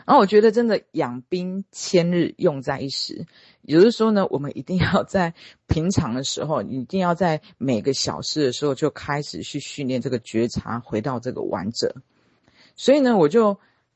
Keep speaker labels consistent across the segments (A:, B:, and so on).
A: 然后我觉得真的养兵千日，用在一时。也就是说呢，我们一定要在平常的时候，一定要在每个小事的时候就开始去训练这个觉察，回到这个完整。所以呢，我就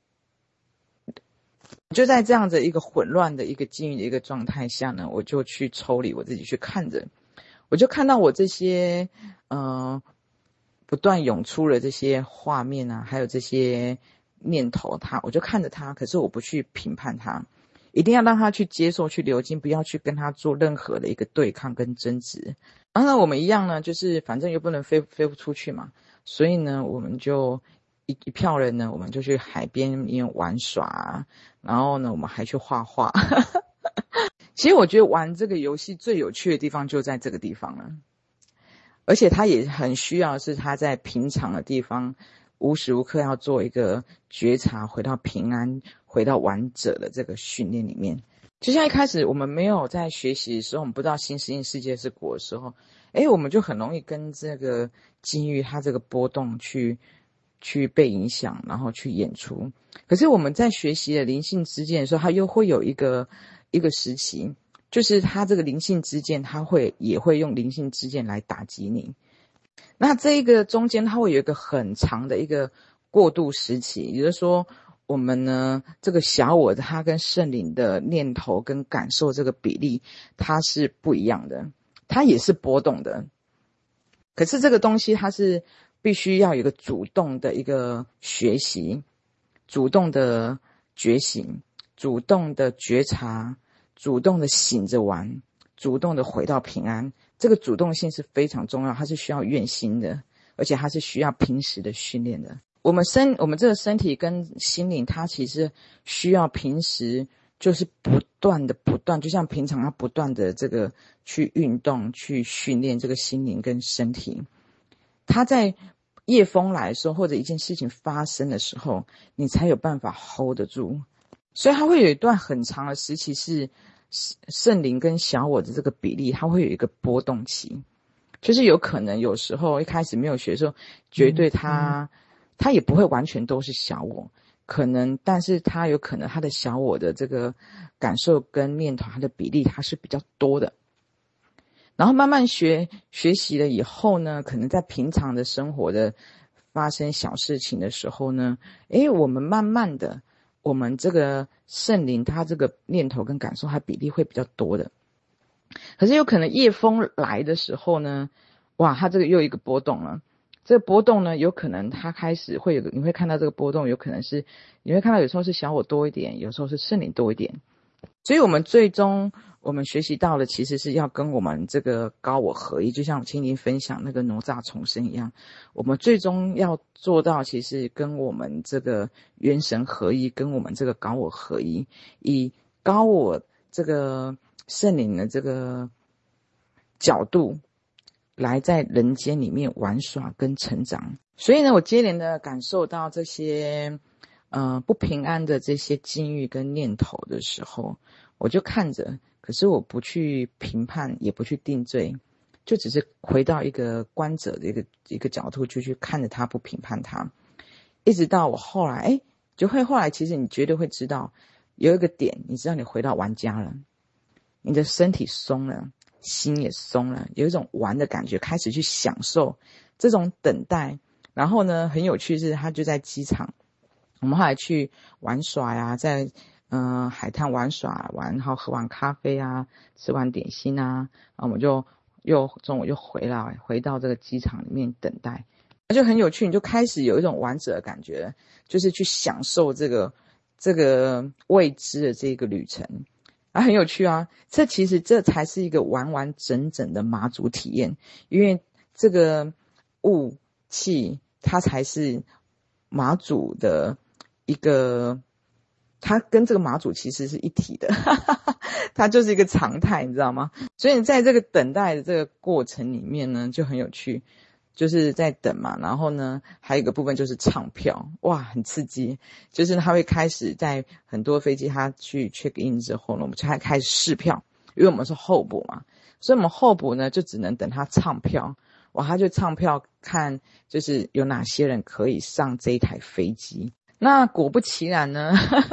A: 在这样的一个混乱的一个境遇的一个状态下呢，我就去抽离我自己，去看着，我就看到我这些不断涌出了这些画面啊，还有这些念头，我就看着它，可是我不去评判它，一定要让它去接受，去流经，不要去跟它做任何的一个对抗跟争执。然后呢，我们一样呢，就是反正又不能飞不出去嘛，所以呢，我们就一票人呢，我们就去海边玩耍，然后呢，我们还去画画。其实我觉得玩这个游戏最有趣的地方就在这个地方了。而且他也很需要是他在平常的地方无时无刻要做一个觉察，回到平安，回到完整的这个训练里面。就像一开始我们没有在学习的时候，我们不知道新实境世界是果的时候，我们就很容易跟这个境遇它这个波动去被影响，然后去演出。可是我们在学习的灵性之间的时候，它又会有一个时期，就是他这个灵性之剑，他也会用灵性之剑来打击你。那这一个中间，它会有一个很长的一个过渡时期，也就是说，我们呢，这个小我它跟圣灵的念头跟感受这个比例，它是不一样的，它也是波动的。可是这个东西，它是必须要有一个主动的一个学习，主动的觉醒，主动的觉察，主动的醒着玩，主动的回到平安。这个主动性是非常重要，它是需要愿心的，而且它是需要平时的训练的。我们这个身体跟心灵，它其实需要平时就是不断，就像平常要不断的这个去运动，去训练这个心灵跟身体。它在夜风来的时候，或者一件事情发生的时候，你才有办法 hold 得住。所以它会有一段很长的时期是圣灵跟小我的这个比例，它会有一个波动期，就是有可能有时候一开始没有学的时候，绝对它也不会完全都是小我，可能，但是它有可能它的小我的这个感受跟念头，它的比例它是比较多的。然后慢慢学习了以后呢，可能在平常的生活的发生小事情的时候呢，我们慢慢的，我们这个圣灵它这个念头跟感受它比例会比较多的。可是有可能夜风来的时候呢，哇，它这个又一个波动了。这个波动呢，有可能它开始会你会看到这个波动，有可能是你会看到有时候是小我多一点，有时候是圣灵多一点。所以我们最终我们学习到的其实是要跟我们这个高我合一，就像我听您分享那个哪吒重生一样，我们最终要做到其实跟我们这个元神合一，跟我们这个高我合一，以高我这个圣灵的这个角度来在人间里面玩耍跟成长。所以呢，我接连的感受到这些不平安的这些境遇跟念头的时候，我就看着，可是我不去评判，也不去定罪，就只是回到一个观者的一个角度，就去看着他，不评判他。一直到我后来后来其实你绝对会知道有一个点，你知道你回到玩家了，你的身体松了，心也松了，有一种玩的感觉，开始去享受这种等待。然后呢，很有趣是他就在机场，我们后来去玩耍呀，在海滩玩耍玩，然后喝完咖啡啊，吃完点心啊，然后我们就中午又回到这个机场里面等待，就很有趣，你就开始有一种玩者的感觉，就是去享受这个未知的这个旅程啊，很有趣啊。其实这才是一个完完整整的马祖体验，因为这个雾气它才是马祖的一个，它跟这个马祖其实是一体的它就是一个常态，你知道吗？所以在这个等待的这个过程里面呢，就很有趣，就是在等嘛。然后呢，还有一个部分就是唱票，哇，很刺激。就是他会开始在很多飞机他去 check in 之后呢，我们就开始试票，因为我们是候补嘛，所以我们候补呢就只能等他唱票。哇，他就唱票看就是有哪些人可以上这一台飞机。那果不其然呢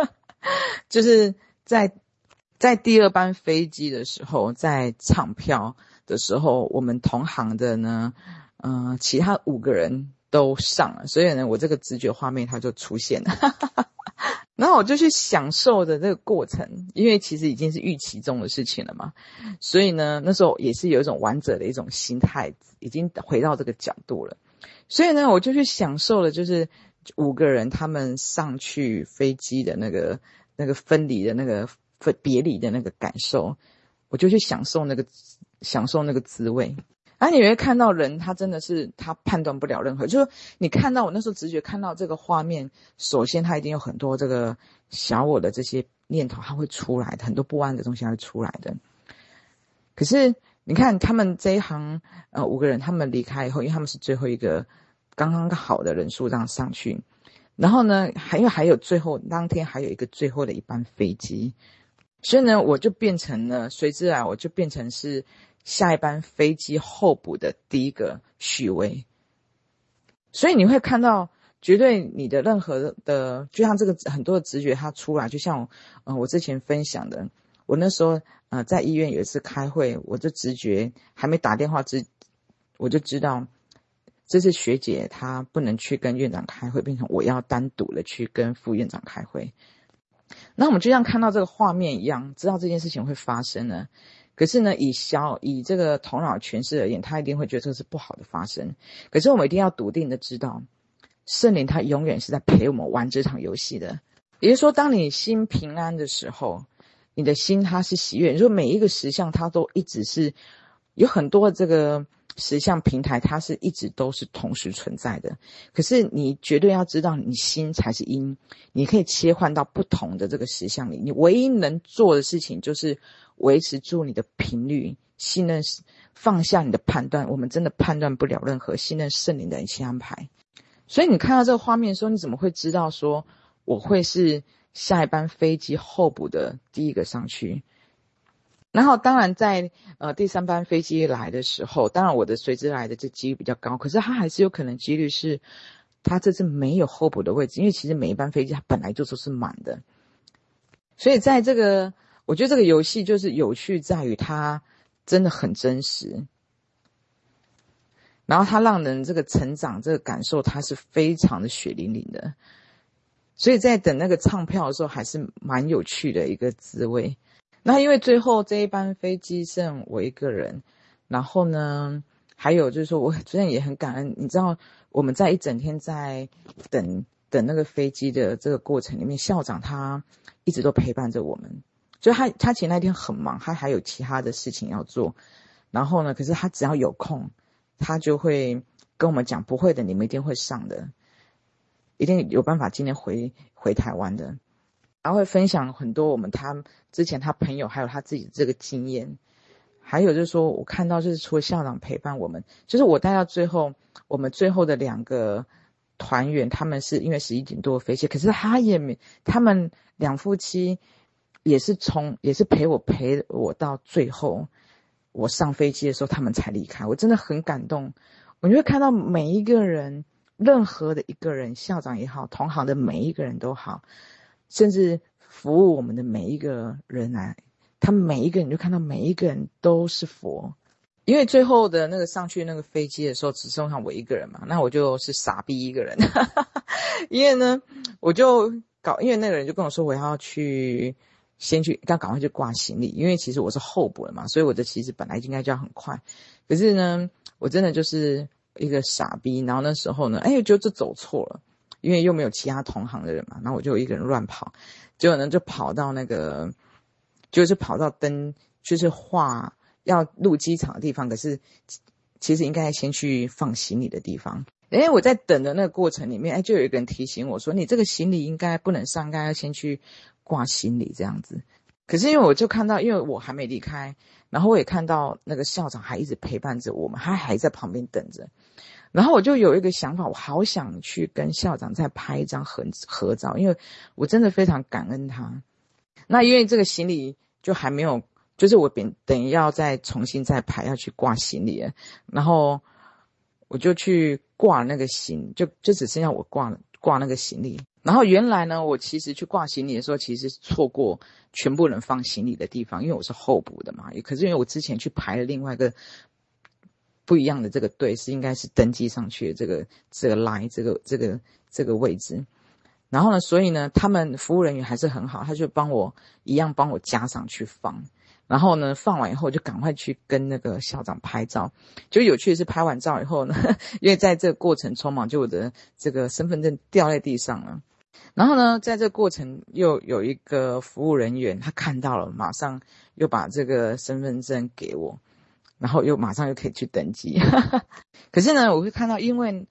A: 就是在第二班飞机的时候，在抢票的时候，我们同行的呢，其他5个人都上了，所以呢，我这个直觉画面它就出现了。然后我就去享受的这个过程，因为其实已经是预期中的事情了嘛，所以呢，那时候也是有一种玩者的一种心态，已经回到这个角度了。所以呢，我就去享受了，就是5个人他们上去飞机的那个分离的那个别离的那个感受，我就去享受那个滋味。你会看到人他真的是他判断不了任何，就是你看到我那时候直觉看到这个画面，首先他一定有很多这个小我的这些念头他会出来的，很多不安的东西他会出来的。可是你看他们这一行5个人他们离开以后，因为他们是最后一个刚刚好的人数这样上去，然后呢因为还有最后当天还有一个最后的一班飞机，所以呢我就变成了随之来我就变成是下一班飞机候补的第一个序位。所以你会看到绝对你的任何的，就像这个很多的直觉它出来，就像我之前分享的，我那时候在医院有一次开会，我就直觉还没打电话我就知道这次学姐她不能去跟院长开会，变成我要单独的去跟副院长开会。那我们就像看到这个画面一样，知道这件事情会发生呢。可是呢，以这个头脑诠释而言，他一定会觉得这是不好的发生。可是我们一定要笃定的知道，圣灵他永远是在陪我们玩这场游戏的。也就是说，当你心平安的时候，你的心它是喜悦。你说每一个实相它都一直是有很多这个实相平台，它是一直都是同时存在的。可是你绝对要知道，你心才是因，你可以切换到不同的这个实相里。你唯一能做的事情就是维持住你的频率，信任，放下你的判断。我们真的判断不了任何，信任圣灵的一切安排。所以你看到这个画面的时候，你怎么会知道说我会是下一班飞机候补的第一个上去？然后当然在第3班飞机来的时候，当然我的随之来的这几率比较高，可是它还是有可能几率是它这次没有候补的位置，因为其实每一班飞机它本来就都是满的。所以在这个我觉得这个游戏就是有趣在于它真的很真实，然后它让人这个成长这个感受它是非常的血淋淋的。所以在等那个唱票的时候还是蛮有趣的一个滋味。那因为最后这一班飞机剩我一个人，然后呢还有就是说我昨天也很感恩，你知道我们在一整天在等那个飞机的这个过程里面，校长他一直都陪伴着我们。就他其实那天很忙，他还有其他的事情要做，然后呢可是他只要有空他就会跟我们讲，不会的，你们一定会上的，一定有办法今天回台湾的。然后会分享很多他之前他朋友还有他自己的这个经验。还有就是说我看到就是除了校长陪伴我们，就是我带到最后，我们最后的2个团员他们是因为11点多飞机，可是他们2夫妻也是陪我到最后，我上飞机的时候他们才离开。我真的很感动。我就会看到每一个人，任何的一个人，校长也好，同行的每一个人都好，甚至服务我们的每一个人来，他们每一个人就看到每一个人都是佛。因为最后的那个上去那个飞机的时候只剩下我一个人嘛，那我就是傻逼一个人。因为呢因为那个人就跟我说我要先去赶快去挂行李，因为其实我是候补了嘛，所以我的其实本来应该就要很快。可是呢我真的就是一个傻逼，然后那时候呢就走错了，因为又没有其他同行的人嘛，然后我就一个人乱跑，结果呢就跑到就是要入机场的地方，可是其实应该先去放行李的地方。我在等的那个过程里面就有一个人提醒我说，你这个行李应该不能上，应该要先去挂行李这样子。可是因为我就看到，因为我还没离开，然后我也看到那个校长还一直陪伴着我们，他还在旁边等着。然后我就有一个想法，我好想去跟校长再拍一张合照，因为我真的非常感恩他。那因为这个行李就还没有，就是我等于要再重新再排要去挂行李了，然后我就去挂那个就只剩下我挂那个行李。 然后原来呢，我其实去挂行李的时候，其实错过全部人放行李的地方，因为我是候补的嘛。可是因为我之前去排了另外一个不一样的这个队，是应该是登记上去的这个 line 这个位置。然后呢，所以呢，他们服务人员还是很好，他就帮我加上去放。然后呢，放完以后就赶快去跟那个校长拍照。就有趣的是，拍完照以后呢，因为在这个过程匆忙，就我的这个身份证掉在地上了。然后呢，在这个过程又有一个服务人员，他看到了，马上又把这个身份证给我，然后马上又可以去登记。可是呢，我会看到，因为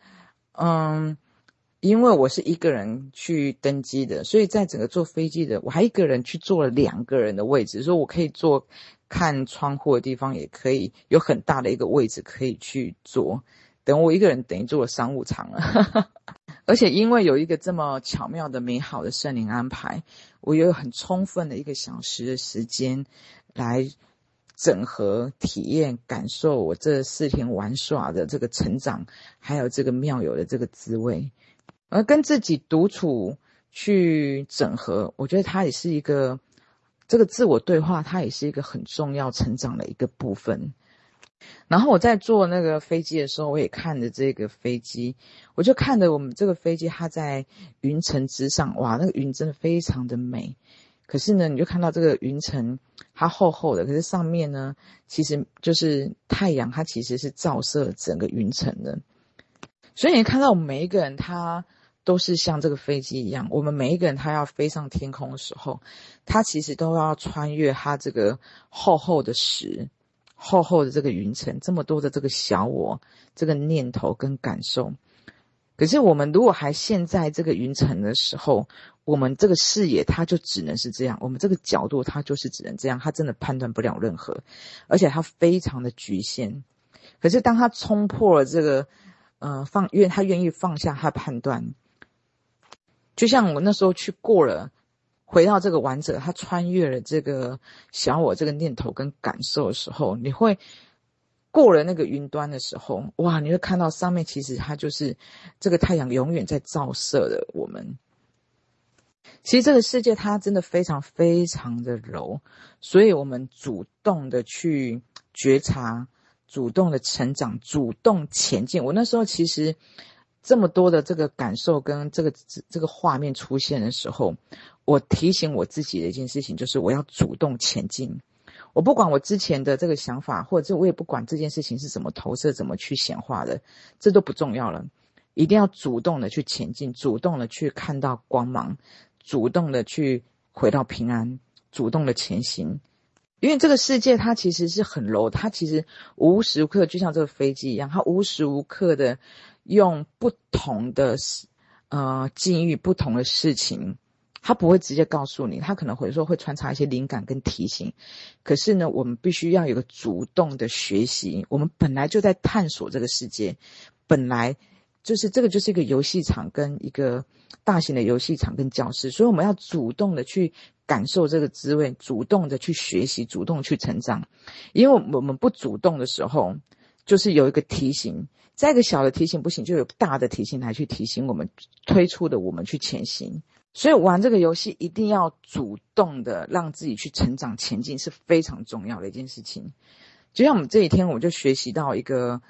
A: 我是一个人去登机的，所以在整个坐飞机的，我还一个人去坐了2个人的位置，所以我可以坐看窗户的地方，也可以有很大的一个位置可以去坐。等我一个人等于坐了商务舱了。而且因为有一个这么巧妙的美好的圣灵安排，我有很充分的1个小时的时间来整合、体验、感受我这4天玩耍的这个成长，还有这个妙有的这个滋味。而跟自己独处去整合，我觉得它也是一个这个自我对话，它也是一个很重要成长的一个部分。然后我在坐那个飞机的时候，我也看着这个飞机，我就看着我们这个飞机它在云层之上，哇，那个云真的非常的美。可是呢，你就看到这个云层它厚厚的，可是上面呢，其实就是太阳，它其实是照射整个云层的。所以你看到我们每一个人他都是像这个飞机一样，我们每一个人他要飞上天空的时候，他其实都要穿越他这个厚厚的这个云层，这么多的这个小我，这个念头跟感受。可是我们如果还陷在这个云层的时候，我们这个视野它就只能是这样，我们这个角度它就是只能这样，它真的判断不了任何，而且它非常的局限。可是当他冲破了这个因为他愿意放下他的判断，就像我那时候去过了，回到这个玩者，他穿越了这个小我这个念头跟感受的时候，你会过了那个云端的时候，哇，你会看到上面其实它就是这个太阳永远在照射的我们。其实这个世界它真的非常非常的柔，所以我们主动的去觉察，主动的成长，主动前进。我那时候其实这么多的这个感受跟这个画面出现的时候，我提醒我自己的一件事情就是我要主动前进。我不管我之前的这个想法，或者是我也不管这件事情是怎么投射，怎么去显化的，这都不重要了。一定要主动的去前进，主动的去看到光芒，主动的去回到平安，主动的前行。因为这个世界它其实是很柔，它其实无时无刻就像这个飞机一样，它无时无刻的用不同的境遇、不同的事情，它不会直接告诉你，它可能会说会穿插一些灵感跟提醒。可是呢，我们必须要有个主动的学习，我们本来就在探索这个世界，本来就是这个就是一个游戏场跟一个大型的游戏场跟教室，所以我们要主动的去感受这个滋味，主动的去学习，主动去成长。因为我们不主动的时候，就是有一个提醒，再一个小的提醒不行，就有大的提醒来去提醒我们，推出的我们去前行。所以玩这个游戏一定要主动的让自己去成长前进，是非常重要的一件事情。就像我们这几天我就学习到一个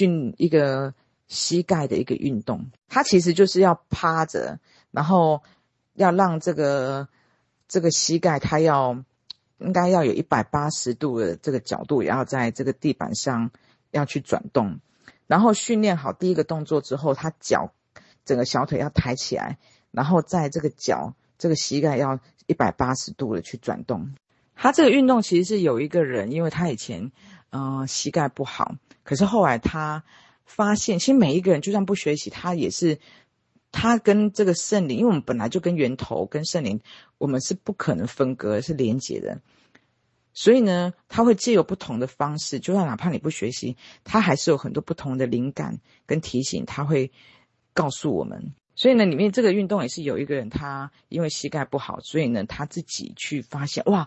A: 膝盖的一个运动，它其实就是要趴着，然后要让这个膝盖它应该要有180度的这个角度，也要在这个地板上要去转动。然后训练好第一个动作之后，他脚整个小腿要抬起来，然后在这个脚这个膝盖要180度的去转动。他这个运动其实是有一个人，因为他以前膝盖不好，可是后来他发现其实每一个人就算不学习，他跟这个圣灵，因为我们本来就跟源头跟圣灵我们是不可能分割，是连结的。所以呢，他会借由不同的方式，就算哪怕你不学习，他还是有很多不同的灵感跟提醒，他会告诉我们。所以呢，里面这个运动也是有一个人，他因为膝盖不好，所以呢他自己去发现，哇，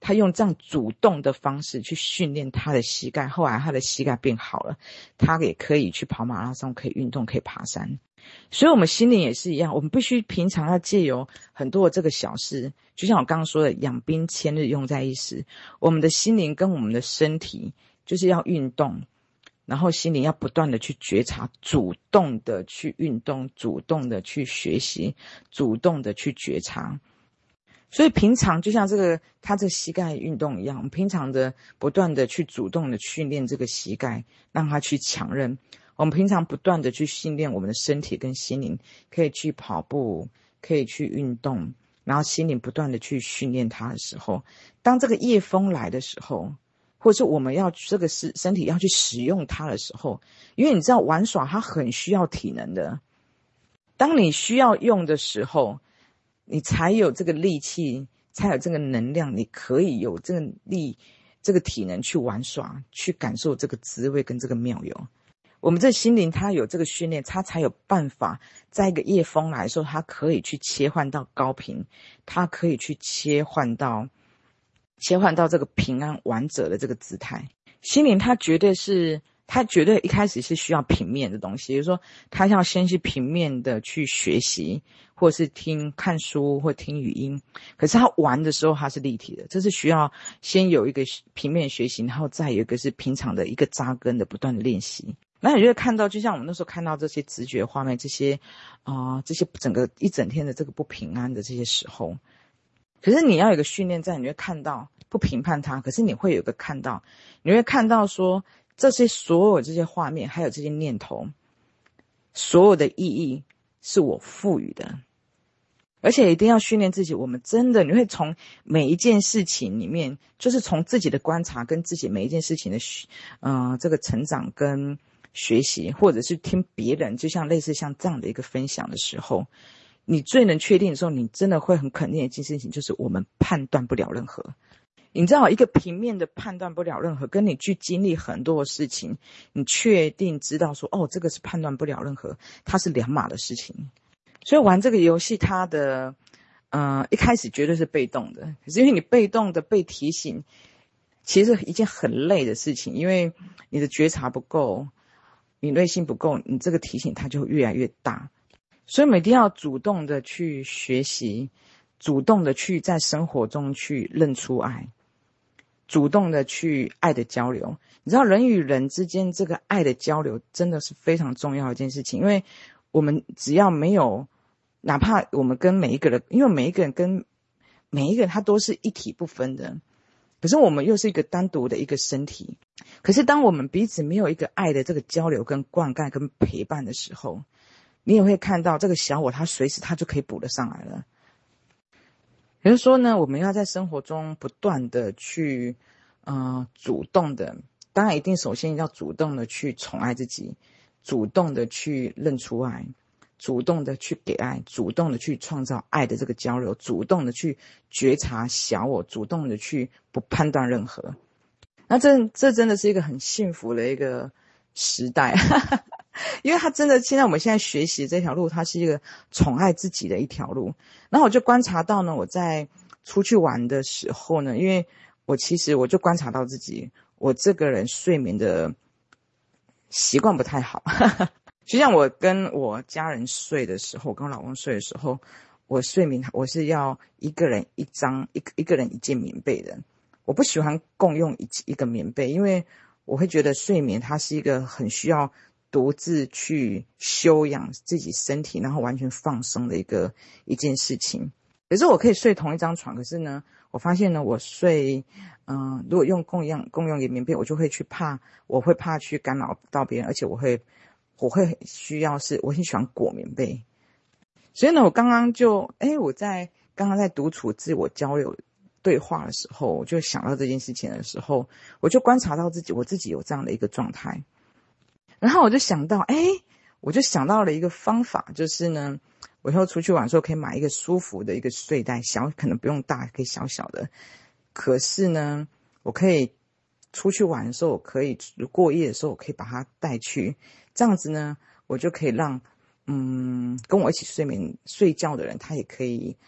A: 他用这样主动的方式去训练他的膝盖，后来他的膝盖变好了，他也可以去跑马拉松，可以运动，可以爬山。所以我们心灵也是一样，我们必须平常要借由很多的这个小事，就像我刚刚说的，养兵千日，用在一时。我们的心灵跟我们的身体就是要运动，然后心灵要不断的去觉察，主动的去运动，主动的去学习，主动的去觉察。所以平常就像他这个膝盖运动一样，我们平常的不断的去主动的训练这个膝盖，让它去强韧。我们平常不断的去训练我们的身体跟心灵，可以去跑步，可以去运动，然后心灵不断的去训练它的时候，当这个夜风来的时候，或者是我们要这个身体要去使用它的时候，因为你知道玩耍它很需要体能的，当你需要用的时候，你才有这个力气，才有这个能量，你可以有这个这个体能去玩耍，去感受这个滋味跟这个妙有。我们这心灵它有这个训练，它才有办法在一个夜风来的时候，它可以去切换到高频，它可以去切换到这个平安完整的这个姿态。心灵它绝对一开始是需要平面的东西，比如说它要先去平面的去学习，或是看书或听语音，可是它玩的时候它是立体的，这是需要先有一个平面学习，然后再有一个是平常的一个扎根的不断的练习。那你就会看到，就像我们那时候看到这些直觉画面，这些整个一整天的这个不平安的这些时候，可是你要有一个训练在，你会看到，不评判它，可是你会有一个看到，你会看到说这些所有这些画面，还有这些念头，所有的意义是我赋予的。而且一定要训练自己，我们真的你会从每一件事情里面，就是从自己的观察跟自己每一件事情的这个成长跟学习，或者是听别人，就像类似像这样的一个分享的时候，你最能确定的时候，你真的会很肯定的一件事情，就是我们判断不了任何。你知道一个平面的判断不了任何，跟你去经历很多的事情，你确定知道说这个是判断不了任何，它是两码的事情。所以玩这个游戏它的一开始绝对是被动的，可是因为你被动的被提醒，其实是一件很累的事情，因为你的觉察不够，敏锐性不够，你这个提醒它就越来越大。所以我们一定要主动的去学习，主动的去在生活中去认出爱，主动的去爱的交流。你知道人与人之间这个爱的交流真的是非常重要的一件事情，因为我们只要没有，哪怕我们跟每一个人，因为每一个人跟每一个人他都是一体不分的，可是我们又是一个单独的一个身体。可是当我们彼此没有一个爱的这个交流跟灌溉跟陪伴的时候，你也会看到这个小我他随时他就可以补得上来了。也就是说呢，我们要在生活中不断的去主动的，当然一定首先要主动的去宠爱自己，主动的去认出爱，主动的去给爱，主动的去创造爱的这个交流，主动的去觉察小我，主动的去不判断任何。那这真的是一个很幸福的一个时代因为他真的现在我们现在学习这条路，它是一个宠爱自己的一条路。然后我就观察到呢，我在出去玩的时候呢，因为我就观察到自己，我这个人睡眠的习惯不太好就像我跟我家人睡的时候，我跟我老公睡的时候，我睡眠我是要一个人一个人一件棉被的，我不喜欢共用一个棉被，因为我会觉得睡眠它是一个很需要独自去休养自己身体，然后完全放松的一件事情。可是我可以睡同一张床，可是呢，我发现呢，我睡如果用共用一个棉被，我会怕去干扰到别人，而且我会需要我很喜欢裹棉被。所以呢，我刚刚在独处自我交流对话的时候，我就想到这件事情的时候，我就观察到我自己有这样的一个状态。然后我就想到了一个方法，就是呢，我以后出去玩的时候可以买一个舒服的一个睡袋，可能不用大，可以小小的。可是呢，我可以出去玩的时候，我可以过夜的时候，我可以把它带去，这样子呢，我就可以让跟我一起睡觉的人，他也可以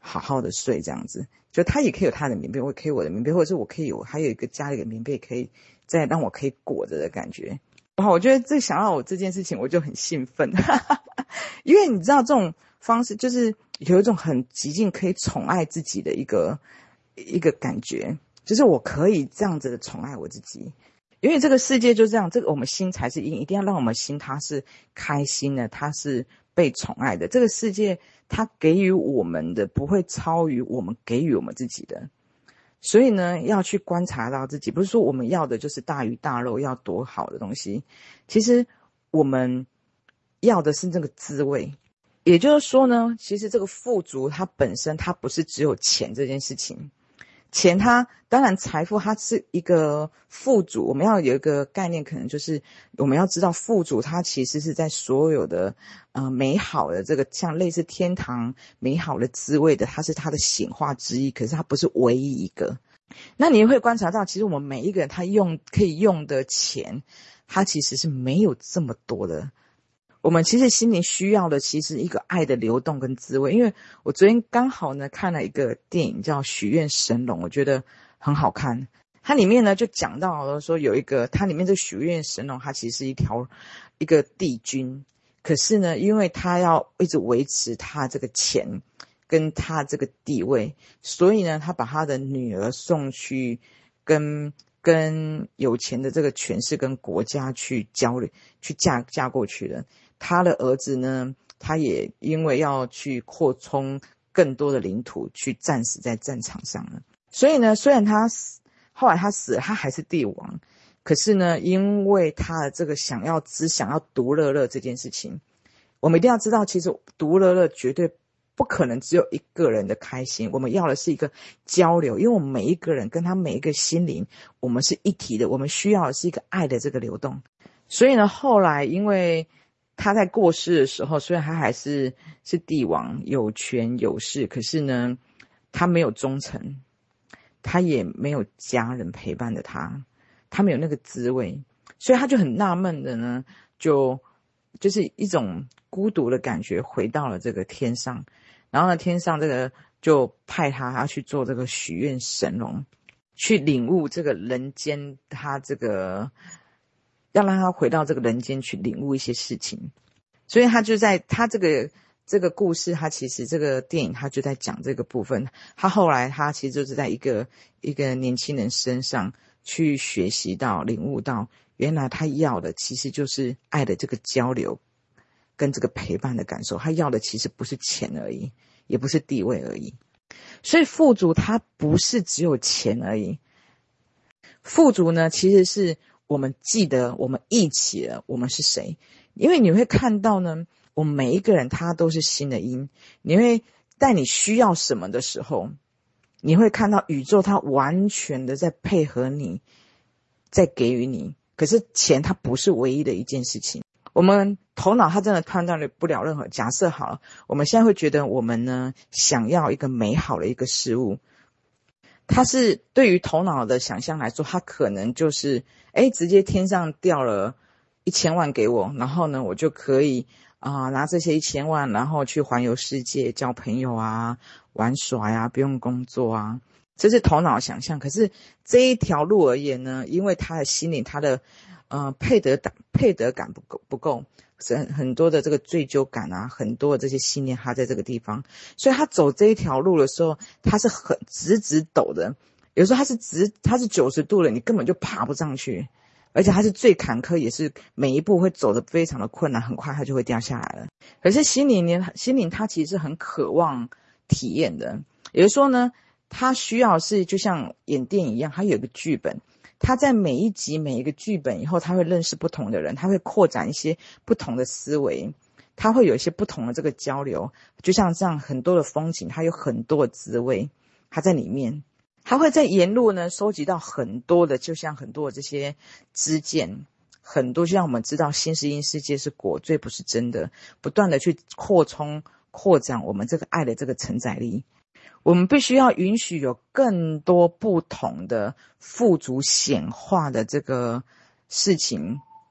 A: 好好的睡这样子。就他也可以有他的棉被，我也可以有我的棉被，或者是我可以有还有一个家里的棉被可以再让我可以裹着的感觉。然后我觉得这想到我这件事情我就很兴奋因为你知道这种方式就是有一种很极尽可以宠爱自己的一个感觉，就是我可以这样子的宠爱我自己。因为这个世界就这样，这个我们心才是一定要让我们心它是开心的，它是被宠爱的。这个世界它给予我们的不会超于我们给予我们自己的。所以呢，要去观察到自己，不是说我们要的就是大鱼大肉，要多好的东西。其实我们要的是这个滋味。也就是说呢，其实这个富足它本身它不是只有钱这件事情。钱它当然财富它是一个富足，我们要有一个概念，可能就是我们要知道富足它其实是在所有的美好的这个像类似天堂美好的滋味的，它是它的显化之一，可是它不是唯一一个。那你也会观察到，其实我们每一个人他可以用的钱，它其实是没有这么多的。我们其实心里需要的其实一个爱的流动跟滋味。因为我昨天刚好呢看了一个电影叫《许愿神龙》，我觉得很好看。它里面呢就讲到了说有一个，它里面这个许愿神龙它其实是一个帝君，可是呢因为他要一直维持他这个钱跟他这个地位，所以呢他把他的女儿送去跟有钱的这个权势跟国家去交流，去嫁过去了。他的儿子呢，他也因为要去扩充更多的领土，去战死在战场上了。所以呢，虽然后来他死了，他还是帝王，可是呢，因为他的这个只想要独乐乐这件事情，我们一定要知道，其实独乐乐绝对不可能只有一个人的开心，我们要的是一个交流。因为我们每一个人跟他每一个心灵，我们是一体的，我们需要的是一个爱的这个流动。所以呢，后来因为他在过世的时候，虽然他还是帝王，有权有势，可是呢他没有忠诚，他也没有家人陪伴着他没有那个滋味。所以他就很纳闷的呢，就是一种孤独的感觉，回到了这个天上。然后呢，天上这个就派他要去做这个许愿神龙，去领悟这个人间，他这个要让他回到这个人间去领悟一些事情。所以他就在他这个故事，他其实这个电影他就在讲这个部分。他后来他其实就是在一个年轻人身上去学习到领悟到，原来他要的其实就是爱的这个交流跟这个陪伴的感受。他要的其实不是钱而已，也不是地位而已。所以富足它不是只有钱而已，富足呢其实是我们记得，我们忆起了我们是谁。因为你会看到呢，我们每一个人他都是心的因，你会在你需要什么的时候，你会看到宇宙它完全的在配合你，在给予你。可是钱它不是唯一的一件事情。我们头脑它真的判断不了任何。假设好了，我们现在会觉得我们呢想要一个美好的一个事物，它是对于头脑的想象来说，它可能就是直接天上掉了1000万给我，然后呢我就可以拿这些1000万然后去环游世界，交朋友啊，玩耍呀，不用工作啊。这是头脑想象。可是这一条路而言呢，因为他的心灵，他的配得感不够，很多的这个罪疚感啊，很多的这些信念他在这个地方，所以他走这一条路的时候，他是很直陡的。有时候他是90度的，你根本就爬不上去，而且他是最坎坷，也是每一步会走得非常的困难，很快他就会掉下来了。可是心灵他其实是很渴望体验的。也就是说呢，他需要是就像演电影一样，他有一个剧本，他在每一集每一个剧本以后，他会认识不同的人，他会扩展一些不同的思维，他会有一些不同的这个交流。就像这样很多的风景，他有很多的滋味，他在里面，他会在沿路呢收集到很多的，就像很多的这些知见，很多就像我们知道心是因，世界是果，罪不是真的，不断的去扩展我们这个爱的这个承载力。我们必须要允许有更多不同的富足显化的这个事情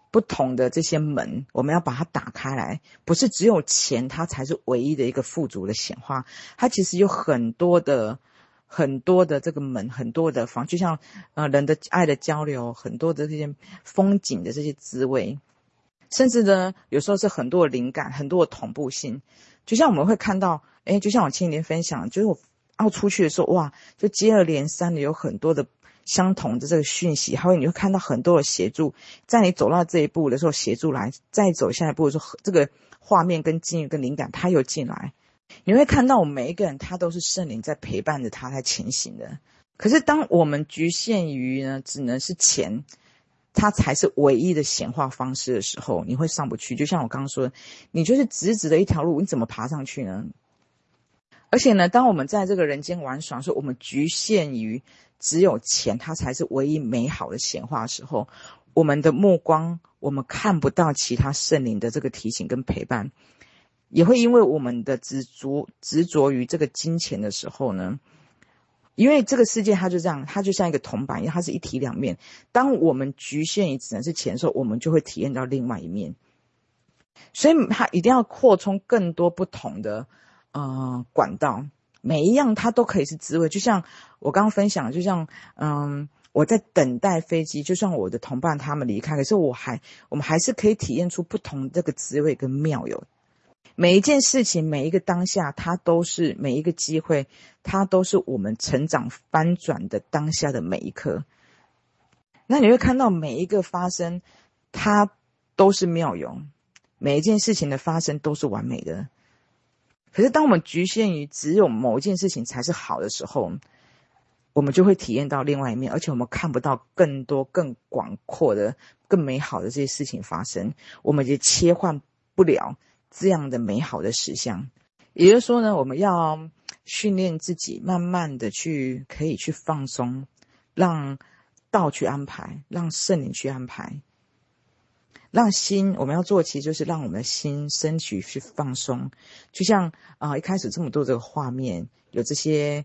A: 不同的这些门，我们要把它打开来，不是只有钱它才是唯一的一个富足的显化，它其实有很多的这个门，很多的就像人的爱的交流，很多的这些风景的这些滋味，甚至呢有时候是很多的灵感，很多的同步性。就像我们会看到就像我前几天分享，就是我要出去的时候，哇，就接二连三的有很多的相同的这个讯息，还有你会看到很多的协助，在你走到这一步的时候协助来，再走下一步的时候，这个画面跟境遇跟灵感它又进来，你会看到我们每一个人他都是圣灵在陪伴着他在前行的。可是当我们局限于呢只能是钱它才是唯一的显化方式的时候，你会上不去。就像我刚刚说的，你就是直直的一条路，你怎么爬上去呢？而且呢，当我们在这个人间玩耍，说我们局限于只有钱它才是唯一美好的显化的时候，我们的目光我们看不到其他圣灵的这个提醒跟陪伴，也会因为我们的执着于这个金钱的时候呢，因为这个世界它就这样，它就像一个铜板一样，它是一体两面。当我们局限于只能是钱的时候，我们就会体验到另外一面。所以它一定要扩充更多不同的管道，每一样它都可以是滋味。就像我刚刚分享的，就像我在等待飞机，就算我的同伴他们离开，可是我们还是可以体验出不同这个滋味跟妙有。每一件事情，每一个当下，它都是每一个机会，它都是我们成长翻转的当下的每一刻。那你会看到每一个发生，它都是妙有，每一件事情的发生都是完美的。可是当我们局限于只有某一件事情才是好的时候，我们就会体验到另外一面，而且我们看不到更多更广阔的更美好的这些事情发生，我们也切换不了这样的美好的实相。也就是说呢，我们要训练自己慢慢的可以去放松，让道去安排，让圣灵去安排，让心，我们要做其实就是让我们的心身体去放松。就像一开始这么多这个画面，有这些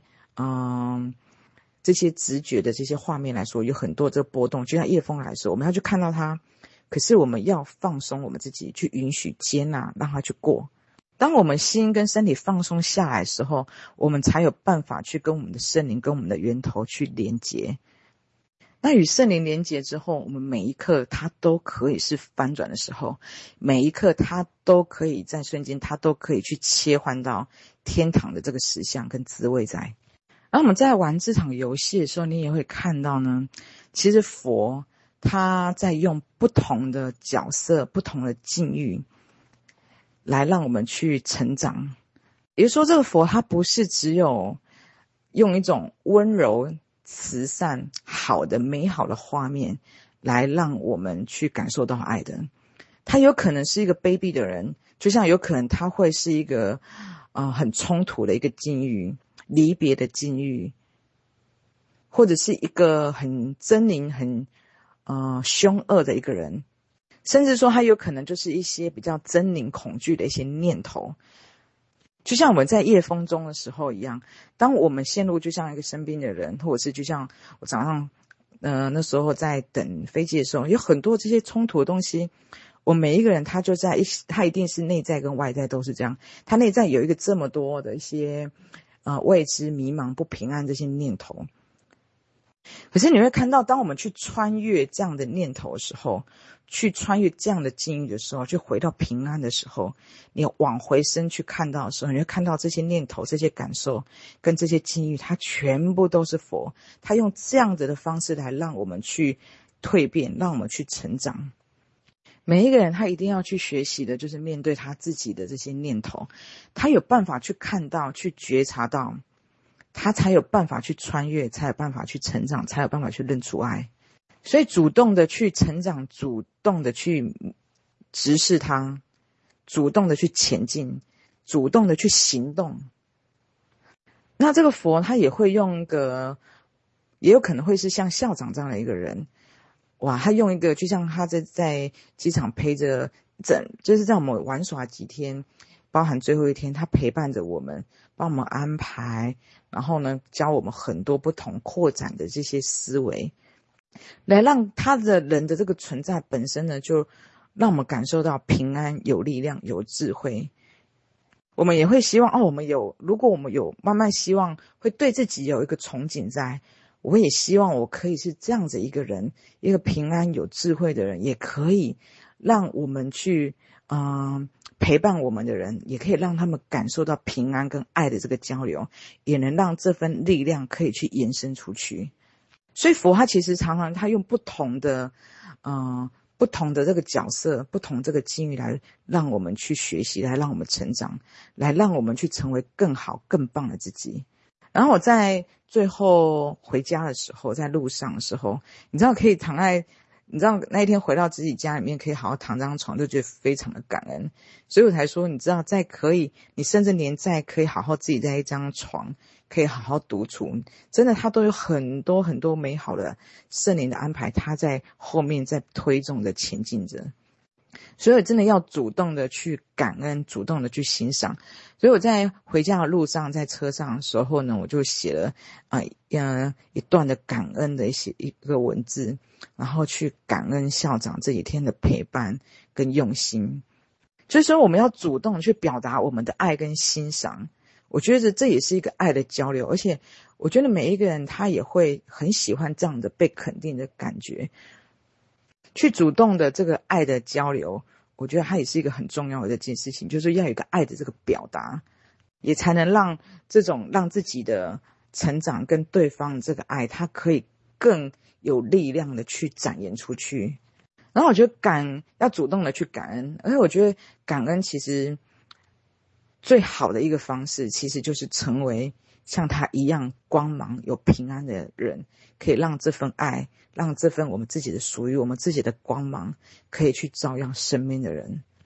A: 直觉的这些画面来说，有很多这个波动，就像夜风来说，我们要去看到它，可是我们要放松我们自己，去允许接纳，让它去过。当我们心跟身体放松下来的时候，我们才有办法去跟我们的圣灵跟我们的源头去连结。那与圣灵连结之后，我们每一刻它都可以是翻转的时候，每一刻它都可以在瞬间，它都可以去切换到天堂的这个实相跟滋味在。然后我们在玩这场游戏的时候，你也会看到呢，其实佛他在用不同的角色、不同的境遇来让我们去成长。也就是说，这个佛他不是只有用一种温柔慈善好的美好的画面来让我们去感受到爱的，他有可能是一个卑鄙的人，就像有可能他会是一个很冲突的一个境遇，离别的境遇，或者是一个很狰狞很凶恶的一个人，甚至说他有可能就是一些比较狰狞恐惧的一些念头。就像我们在夜风中的时候一样，当我们陷入就像一个生病的人，或者是就像我早上那时候在等飞机的时候，有很多这些冲突的东西，我每一个人他一定是内在跟外在都是这样，他内在有一个这么多的一些未知迷茫不平安这些念头。可是你会看到，当我们去穿越这样的念头的时候，去穿越这样的境遇的时候，去回到平安的时候，你往回身去看到的时候，你会看到这些念头、这些感受跟这些境遇，它全部都是佛，他用这样子的方式来让我们去蜕变，让我们去成长。每一个人他一定要去学习的就是面对他自己的这些念头，他有办法去看到，去觉察到，他才有办法去穿越，才有办法去成长，才有办法去认出爱。所以主动的去成长，主动的去直视它，主动的去前进，主动的去行动。那这个佛他也会用一个，也有可能会是像校长这样的一个人，哇，他用一个就像他在机场陪着就是在我们玩耍几天，包含最后一天，他陪伴着我们，帮我们安排，然后呢教我们很多不同扩展的这些思维。 来让他的人的这个存在本身呢，就让我们感受到平安、有力量、有智慧。我们也会希望如果我们有慢慢希望会对自己有一个憧憬在，我也希望我可以是这样子一个人，一个平安有智慧的人，也可以让我们去陪伴我们的人，也可以让他们感受到平安跟爱的这个交流，也能让这份力量可以去延伸出去。所以佛他其实常常他用不同的这个角色，不同这个境遇来让我们去学习，来让我们成长，来让我们去成为更好更棒的自己。然后我在最后回家的时候，在路上的时候，你知道可以躺在，你知道那一天回到自己家里面可以好好躺这张床，就觉得非常的感恩。所以我才说，你知道你甚至连可以好好自己在一张床可以好好独处，真的他都有很多很多美好的圣灵的安排，他在后面在推动着前进着。所以真的要主动的去感恩，主动的去欣赏。所以我在回家的路上，在车上的时候呢，我就写了一段的感恩的一个文字，然后去感恩校长这几天的陪伴跟用心。就是说我们要主动去表达我们的爱跟欣赏，我觉得这也是一个爱的交流，而且我觉得每一个人他也会很喜欢这样的被肯定的感觉。去主动的这个爱的交流，我觉得它也是一个很重要的一件事情，就是要有一个爱的这个表达，也才能让自己的成长跟对方这个爱，它可以更有力量的去展现出去。然后我觉得要主动的去感恩，而且我觉得感恩其实最好的一个方式，其实就是成为像他一样光芒有平安的人，可以让这份爱，让这份我们自己的属于我们自己的光芒，可以去照耀身边的人。